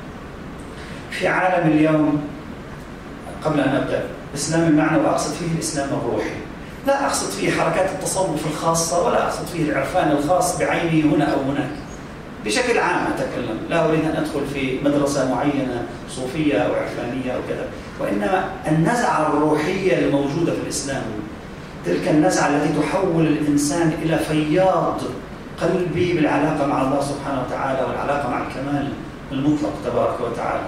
A: في عالم اليوم، قبل أن أبدأ، الإسلام المعنوي أقصد فيه الإسلام الروحي، لا أقصد فيه حركات التصوف الخاصة، ولا أقصد فيه العرفان الخاص بعينه هنا أو هناك. بشكل عام أتكلم، لا أريد أن أدخل في مدرسة معينة صوفية أو عرفانية أو كذا، وإنما النزعة الروحية الموجودة في الإسلام، تلك النزعة التي تحول الإنسان إلى فياض قلبي بالعلاقة مع الله سبحانه وتعالى والعلاقة مع الكمال المطلق تبارك وتعالى.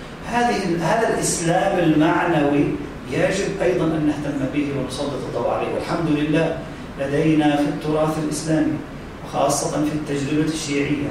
A: هذا الإسلام المعنوي يجب أيضا أن نهتم به ونسلط الضوء عليه. والحمد لله لدينا في التراث الإسلامي وخاصة في التجربة الشيعية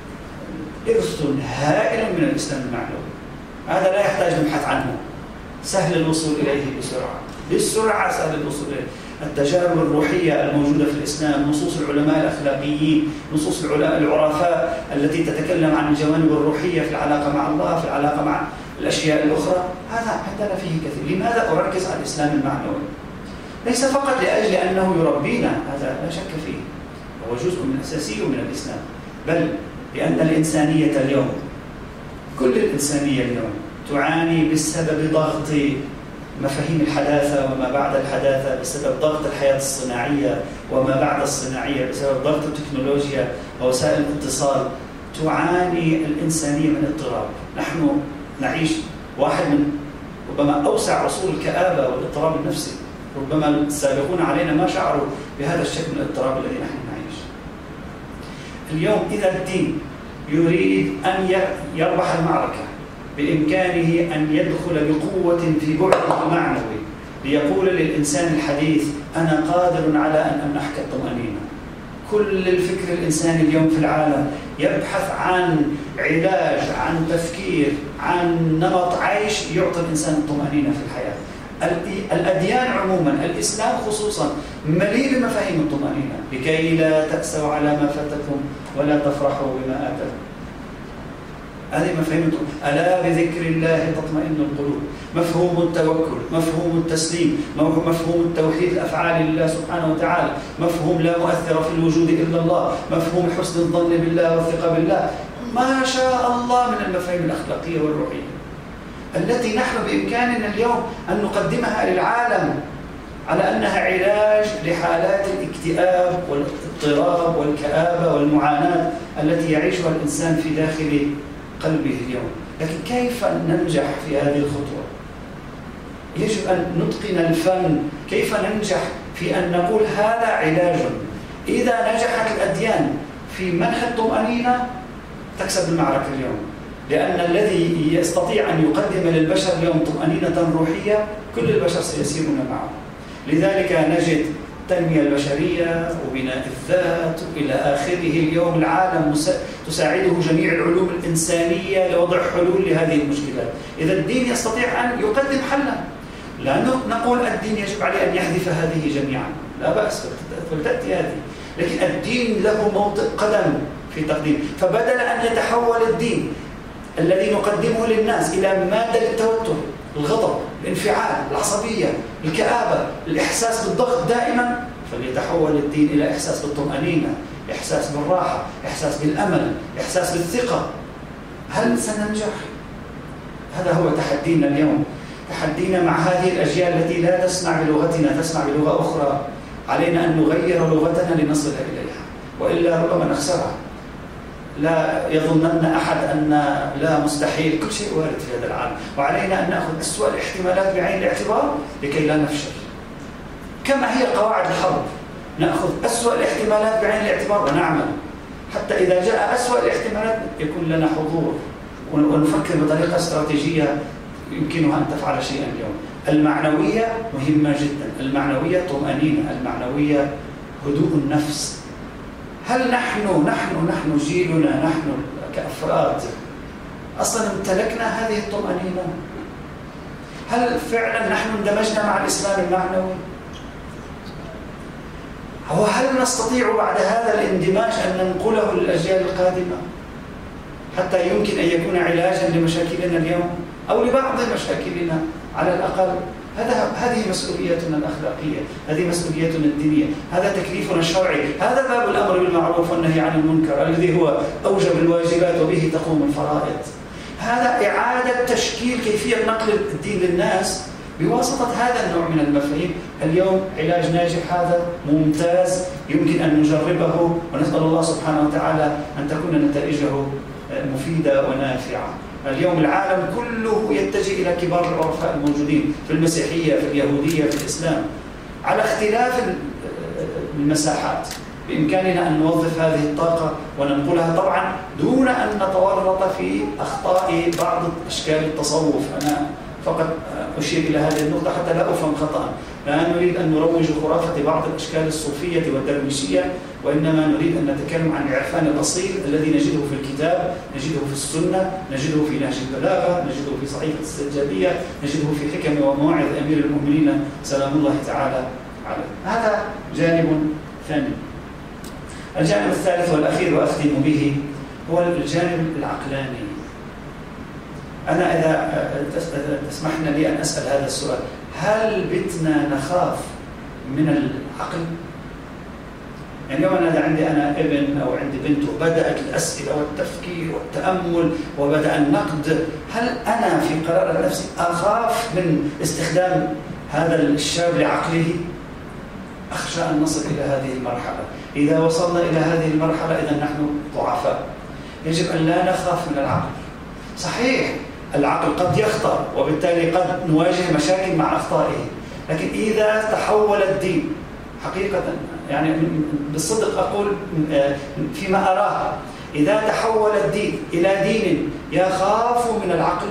A: إرث هائل من الإسلام المعنوي. هذا لا يحتاج نبحث عنه، سهل الوصول إليه بسرعة سهل الوصول إليه. التجارب الروحية الموجودة في الإسلام، نصوص العلماء الأخلاقيين، نصوص العرفاء التي تتكلم عن الجوانب الروحية في العلاقة مع الله، في العلاقة مع الأشياء الأخرى، هذا عندنا فيه كثير. لماذا أركز على الإسلام المعنوي؟ ليس فقط لأجل أنه يربينا، هذا لا شك فيه، هو جزء من أساسي من الإسلام، بل لأن الإنسانية اليوم، كل الإنسانية اليوم تعاني بسبب ضغط مفاهيم الحداثة وما بعد الحداثة، بسبب ضغط الحياة الصناعية وما بعد الصناعية، بسبب ضغط التكنولوجيا ووسائل الاتصال. تعاني الإنسانية من اضطراب. نحن نعيش واحد من ربما أوسع عصور الكآبة والاضطراب النفسي. ربما السابقون علينا ما شعروا بهذا الشكل من الاضطراب الذي نحن نعيش اليوم. إذا الدين يريد أن يربح المعركة، بإمكانه أن يدخل بقوة في بعده المعنوي ليقول للإنسان الحديث أنا قادر على أن أمنحك الطمأنينة. كل الفكر الإنساني اليوم في العالم يبحث عن علاج، عن تفكير، عن نمط عيش يعطي الإنسان الطمأنينة في الحياة. الأديان عموما، الإسلام خصوصا، مليء بمفاهيم الطمأنينة، لكي لا تأسوا على ما فاتكم ولا تفرحوا بما آتاكم. هذه مفاهيم ألا بذكر الله تطمئن القلوب. مفهوم التوكل، مفهوم التسليم، مفهوم التوحيد الأفعال لله سبحانه وتعالى، مفهوم لا مؤثر في الوجود إلا الله، مفهوم حسن الظن بالله والثقة بالله. ما شاء الله من المفاهيم الأخلاقية والروحية التي نحن بإمكاننا اليوم أن نقدمها للعالم على أنها علاج لحالات الاكتئاب والاضطراب والكآبة والمعاناة التي يعيشها الإنسان في داخل قلبه اليوم. لكن كيف ننجح في هذه الخطوة؟ يجب أن نتقن الفن. كيف ننجح في أن نقول هذا علاج؟ إذا نجحت الأديان في منح الطمأنينة تكسب المعركة اليوم، لأن الذي يستطيع أن يقدم للبشر اليوم طمأنينة روحية كل البشر سيسيرون معه. لذلك نجد التنمية البشرية وبناء الذات إلى آخره. اليوم العالم تساعده جميع العلوم الإنسانية لوضع حلول لهذه المشكلات. إذا الدين يستطيع أن يقدم حلا، لا نقول الدين يجب عليه أن يحذف هذه جميعا، لا بأس فلتأتي هذه، لكن الدين له موطئ قدم في التقديم. فبدل أن يتحول الدين الذي نقدمه للناس إلى مادة للتوتر، الغضب، الانفعال، العصبية، الكآبة، الإحساس بالضغط دائما، فليتحول الدين إلى إحساس بالطمأنينة، إحساس بالراحة، إحساس بالأمل، إحساس بالثقة. هل سننجح؟ هذا هو تحدينا اليوم. تحدينا مع هذه الأجيال التي لا تسمع بلغتنا، تسمع بلغة أخرى. علينا أن نغير لغتنا لنصل إليها، وإلا ربما نخسرها. لا يظنن أحد أن لا مستحيل، كل شيء وارد في هذا العالم، وعلينا أن نأخذ أسوأ الاحتمالات بعين الاعتبار لكي لا نفشل. كما هي قواعد الحرب، نأخذ أسوأ الاحتمالات بعين الاعتبار ونعمل حتى إذا جاء أسوأ الاحتمالات يكون لنا حضور ونفكر بطريقة استراتيجية يمكنها أن تفعل شيئا اليوم. المعنوية مهمة جدا، المعنوية طمأنينة، المعنوية هدوء النفس. هل نحن جيلنا، نحن كأفراد أصلا امتلكنا هذه الطمأنينة؟ هل فعلا نحن اندمجنا مع الإسلام المعنوي؟ هل نستطيع بعد هذا الاندماج أن ننقله للأجيال القادمة حتى يمكن أن يكون علاجا لمشاكلنا اليوم أو لبعض مشاكلنا على الأقل؟ هذه مسؤوليتنا الأخلاقية، هذه مسؤوليتنا الدينية، هذا تكليفنا الشرعي، هذا باب الأمر بالمعروف والنهي عن المنكر الذي هو أوجب الواجبات وبه تقوم الفرائض. هذا إعادة تشكيل كيفية نقل الدين للناس بواسطة هذا النوع من المفاهيم. اليوم علاج ناجح، هذا ممتاز، يمكن أن نجربه، ونسأل الله سبحانه وتعالى أن تكون نتائجه مفيدة ونافعة. اليوم العالم كله يتجه إلى كبار العرفاء الموجودين في المسيحية، في اليهودية، في الإسلام، على اختلاف المساحات. بإمكاننا أن نوظف هذه الطاقة وننقلها طبعا دون أن نتورط في أخطاء بعض أشكال التصوف. أنا فقط أشير إلى هذه النقطة حتى لا أفهم خطأ. لا نريد أن نروج خرافة بعض الأشكال الصوفية والدرويشية، وإنما نريد أن نتكلم عن العرفان الأصيل الذي نجده في الكتاب، نجده في السنة، نجده في نهج البلاغة، نجده في صحيفة السجادية، نجده في حكم ومواعظ أمير المؤمنين سلام الله تعالى عليه. هذا جانب ثاني. الجانب الثالث والأخير وأختم به هو الجانب العقلاني. أنا إذا تسمحنا لي أن أسأل هذا السؤال: هل بتنا نخاف من العقل؟ يعني يوم أنا عندي ابن أو عندي بنت وبدأت الأسئلة والتفكير والتأمل وبدأ النقد، هل أنا في قرار نفسي أخاف من استخدام هذا الشاب لعقله؟ أخشى أن نصل إلى هذه المرحلة. إذا وصلنا إلى هذه المرحلة إذا نحن ضعفاء. يجب أن لا نخاف من العقل. صحيح العقل قد يخطأ وبالتالي قد نواجه مشاكل مع أخطائه، لكن إذا تحول الدين حقيقة، يعني بالصدق أقول فيما أراه، إذا تحول الدين إلى دين يخاف من العقل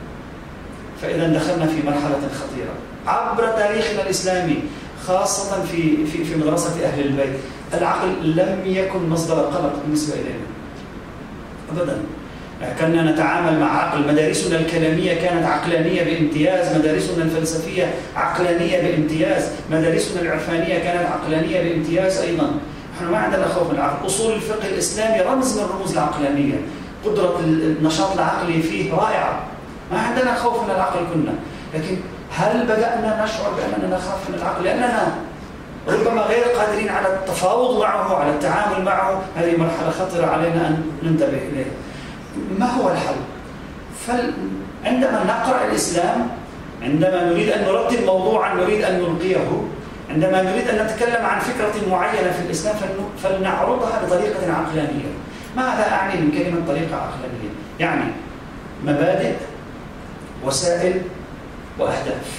A: فإذا دخلنا في مرحلة خطيرة. عبر تاريخنا الإسلامي خاصة في مدرسة أهل البيت العقل لم يكن مصدر قلق بالنسبة إلينا أبدا. كنا نتعامل مع عقل. مدارسنا الكلامية كانت عقلانية بامتياز، مدارسنا الفلسفية عقلانية بامتياز، مدارسنا العرفانية كانت عقلانية بامتياز أيضا. نحن ما عندنا خوف من العقل. أصول الفقه الإسلامي رمز من رموز العقلانية، قدرة النشاط العقلي فيه رائعة، ما عندنا خوف من العقل كنا. لكن هل بدأنا نشعر بأننا نخاف من العقل لأننا ربما غير قادرين على التفاوض معه، على التعامل معه؟ هذه مرحلة خطرة علينا أن ننتبه إليها. ما هو الحل؟ عندما نقرأ الإسلام، عندما نريد أن نرتب موضوعا نريد أن نلقيه، عندما نريد أن نتكلم عن فكرة معينة في الإسلام فلنعرضها بطريقة عقلانية. ماذا أعني من كلمة طريقة عقلانية؟ يعني مبادئ، وسائل، وأهداف.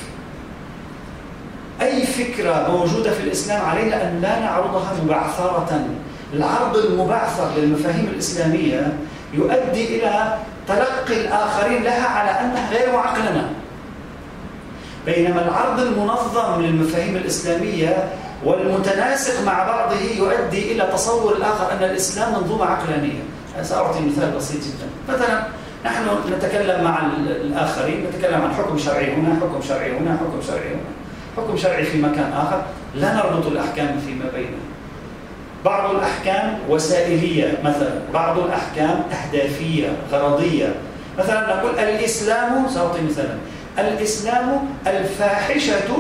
A: أي فكرة موجودة في الإسلام علينا أن لا نعرضها مبعثرة. العرض المبعثر للمفاهيم الإسلامية يؤدي إلى تلقي الآخرين لها على أنها غير معقلنة، بينما العرض المنظم للمفاهيم الإسلامية والمتناسق مع بعضه يؤدي إلى تصور الآخر أن الإسلام منظومة عقلانية. سأعطي مثال بسيط جدا. مثلا نحن نتكلم مع الآخرين، نتكلم عن حكم شرعي هنا، حكم شرعي هنا، حكم شرعي هنا، حكم شرعي في مكان آخر، لا نربط الأحكام فيما بيننا. بعض الأحكام وسائلية مثلا، بعض الأحكام أهدافية غرضية. مثلا نقول الإسلام، سأعطي مثلا، الإسلام الفاحشة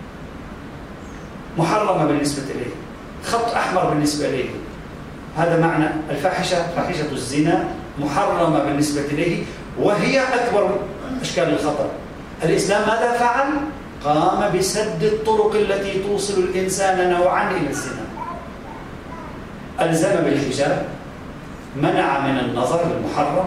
A: محرمة بالنسبة إليه، خط أحمر بالنسبة إليه. هذا معنى الفاحشة، فاحشة الزنا محرمة بالنسبة إليه، وهي أكبر أشكال الخطر. الإسلام ماذا فعل؟ قام بسد الطرق التي توصل الإنسان نوعا إلى الزنا. ألزم بالحجاب، منع من النظر المحرم،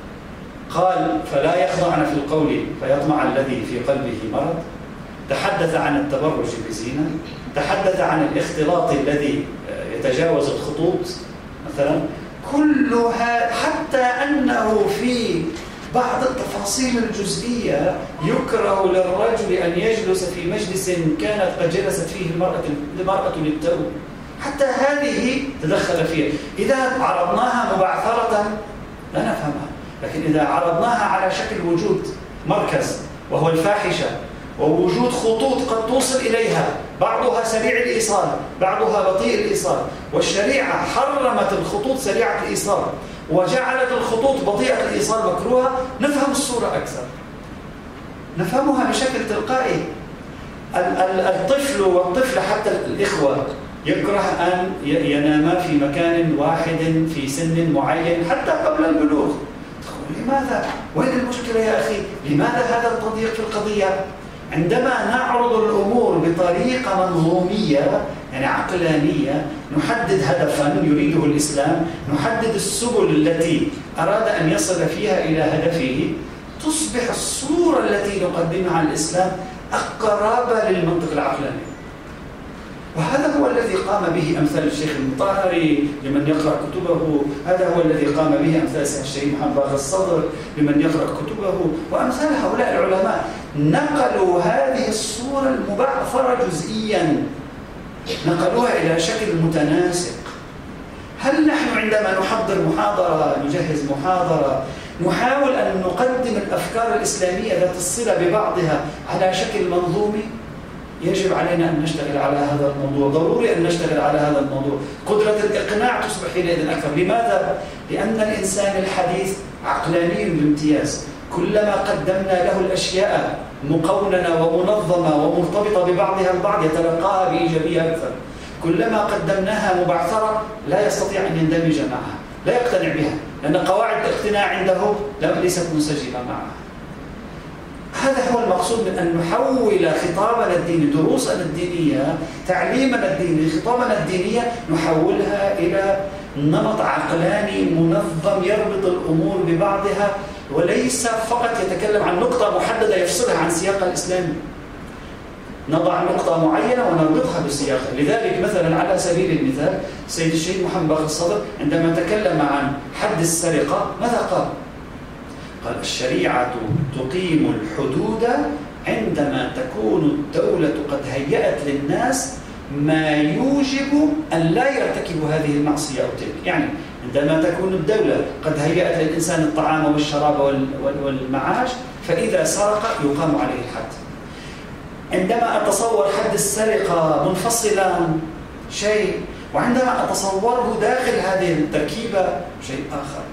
A: قال فلا يخضعن في القول فيطمع الذي في قلبه مرض، تحدث عن التبرج بزينة، تحدث عن الاختلاط الذي يتجاوز الخطوط مثلا. كلها حتى أنه في بعض التفاصيل الجزئية يكره للرجل أن يجلس في مجلس كانت قد جلست فيه المرأة للتو، حتى هذه تدخل فيها. إذا عرضناها مبعثرة لا نفهمها، لكن إذا عرضناها على شكل وجود مركز وهو الفاحشة، ووجود خطوط قد توصل إليها، بعضها سريع الإيصال، بعضها بطيء الإيصال، والشريعة حرمت الخطوط سريعة الإيصال وجعلت الخطوط بطيئة الإيصال مكروهة، نفهم الصورة أكثر، نفهمها بشكل تلقائي. الطفل والطفلة حتى الإخوة يكره أن يناما في مكان واحد في سن معين حتى قبل البلوغ. لماذا؟ وين المشكلة يا أخي؟ لماذا هذا التضييق في القضية؟ عندما نعرض الأمور بطريقة منظومية يعني عقلانية، نحدد هدفا يريده الإسلام، نحدد السبل التي أراد أن يصل فيها إلى هدفه، تصبح الصورة التي نقدمها عن الإسلام أقرب للمنطق العقلاني. وهذا هو الذي قام به أمثال الشيخ المطهري لمن يقرأ كتبه، هذا هو الذي قام به أمثال الشيخ محمد باقر الصدر لمن يقرأ كتبه، وأمثال هؤلاء العلماء نقلوا هذه الصورة المبعثرة جزئيا، نقلوها إلى شكل متناسق. هل نحن عندما نحضر محاضرة، نجهز محاضرة، نحاول أن نقدم الأفكار الإسلامية ذات الصلة ببعضها على شكل منظومي؟ يجب علينا أن نشتغل على هذا الموضوع، ضروري أن نشتغل على هذا الموضوع. قدرة الإقناع تصبح حينئذ أكثر. لماذا؟ لأن الإنسان الحديث عقلاني بامتياز، كلما قدمنا له الأشياء مقوننة ومنظمة ومرتبطة ببعضها البعض يتلقاها بإيجابية أكثر. كلما قدمناها مبعثرة لا يستطيع أن يندمج معها، لا يقتنع بها، لأن قواعد الاقتناع عنده ليست منسجمة معها. هذا هو المقصود من أن نحول خطابنا الديني، دروسنا الدينية، تعليمنا الديني، خطابنا الدينية، نحولها إلى نمط عقلاني منظم يربط الأمور ببعضها، وليس فقط يتكلم عن نقطة محددة يفصلها عن سياقها الإسلامي. نضع نقطة معينة ونربطها بسياقها. لذلك مثلا على سبيل المثال سيد الشيخ محمد باقر الصدر عندما تكلم عن حد السرقة ماذا قال؟ قال الشريعة تقيم الحدود عندما تكون الدولة قد هيأت للناس ما يوجب أن لا يرتكبوا هذه المعصية أو تلك. يعني عندما تكون الدولة قد هيأت للإنسان الطعام والشراب والمعاش، فإذا سرق يقام عليه الحد. عندما أتصور حد السرقة منفصلا شيء، وعندما أتصوره داخل هذه التركيبة شيء آخر.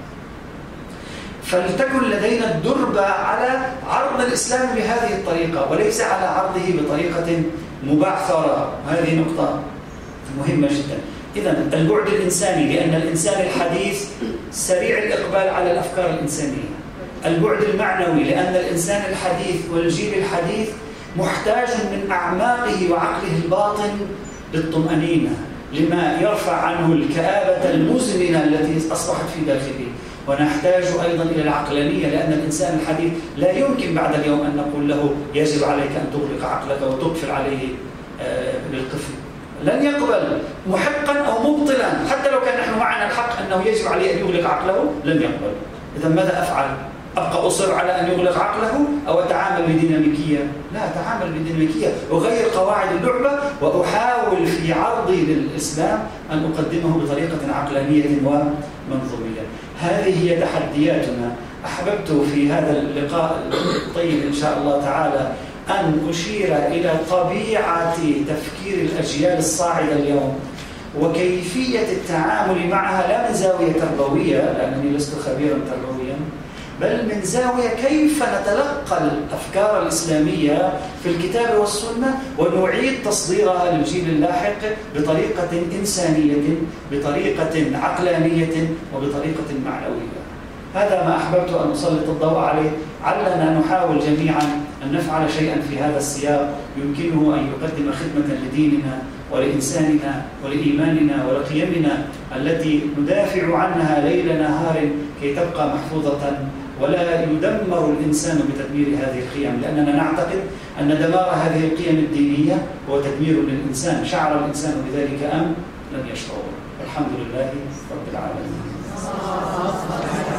A: فلتكن لدينا الدربة على عرض الإسلام بهذه الطريقة وليس على عرضه بطريقة مبعثرة. هذه نقطة مهمة جدا. إذن البعد الإنساني، لأن الإنسان الحديث سريع الإقبال على الأفكار الإنسانية. البعد المعنوي، لأن الإنسان الحديث والجيل الحديث محتاج من أعماقه وعقله الباطن للطمأنينة، لما يرفع عنه الكآبة المزمنة التي أصبحت في داخله. ونحتاج أيضا إلى العقلانية، لأن الإنسان الحديث لا يمكن بعد اليوم أن نقول له يجب عليك أن تغلق عقلك وتقفل عليه بالقفل. لن يقبل محقا أو مبطلا، حتى لو كان نحن معنا الحق أنه يجب عليه أن يغلق عقله لن يقبل. إذا ماذا أفعل؟ أبقى أصر على أن يغلق عقله أو أتعامل بديناميكية؟ لا، أتعامل بديناميكية، أغير قواعد اللعبة وأحاول في عرضي للإسلام أن أقدمه بطريقة عقلانية ومنظومية. هذه هي تحدياتنا. أحببت في هذا اللقاء الطيب إن شاء الله تعالى أن أشير إلى طبيعة تفكير الأجيال الصاعدة اليوم وكيفية التعامل معها، لا من زاوية تربوية لأنني لست خبيرا تربويا، بل من زاوية كيف نتلقى الأفكار الإسلامية في الكتاب والسنة ونعيد تصديرها للجيل اللاحق بطريقة إنسانية، بطريقة عقلانية، وبطريقة معنوية. هذا ما أحببت أن أسلط الضوء عليه، علنا نحاول جميعا أن نفعل شيئا في هذا السياق يمكنه أن يقدم خدمة لديننا ولإنساننا ولإيماننا ولقيمنا التي ندافع عنها ليل نهار كي تبقى محفوظة، ولا يدمر الإنسان بتدمير هذه القيم، لأننا نعتقد أن دمار هذه القيم الدينية هو تدمير للإنسان. شعر الإنسان بذلك أم لم يشعر؟ الحمد لله رب العالمين.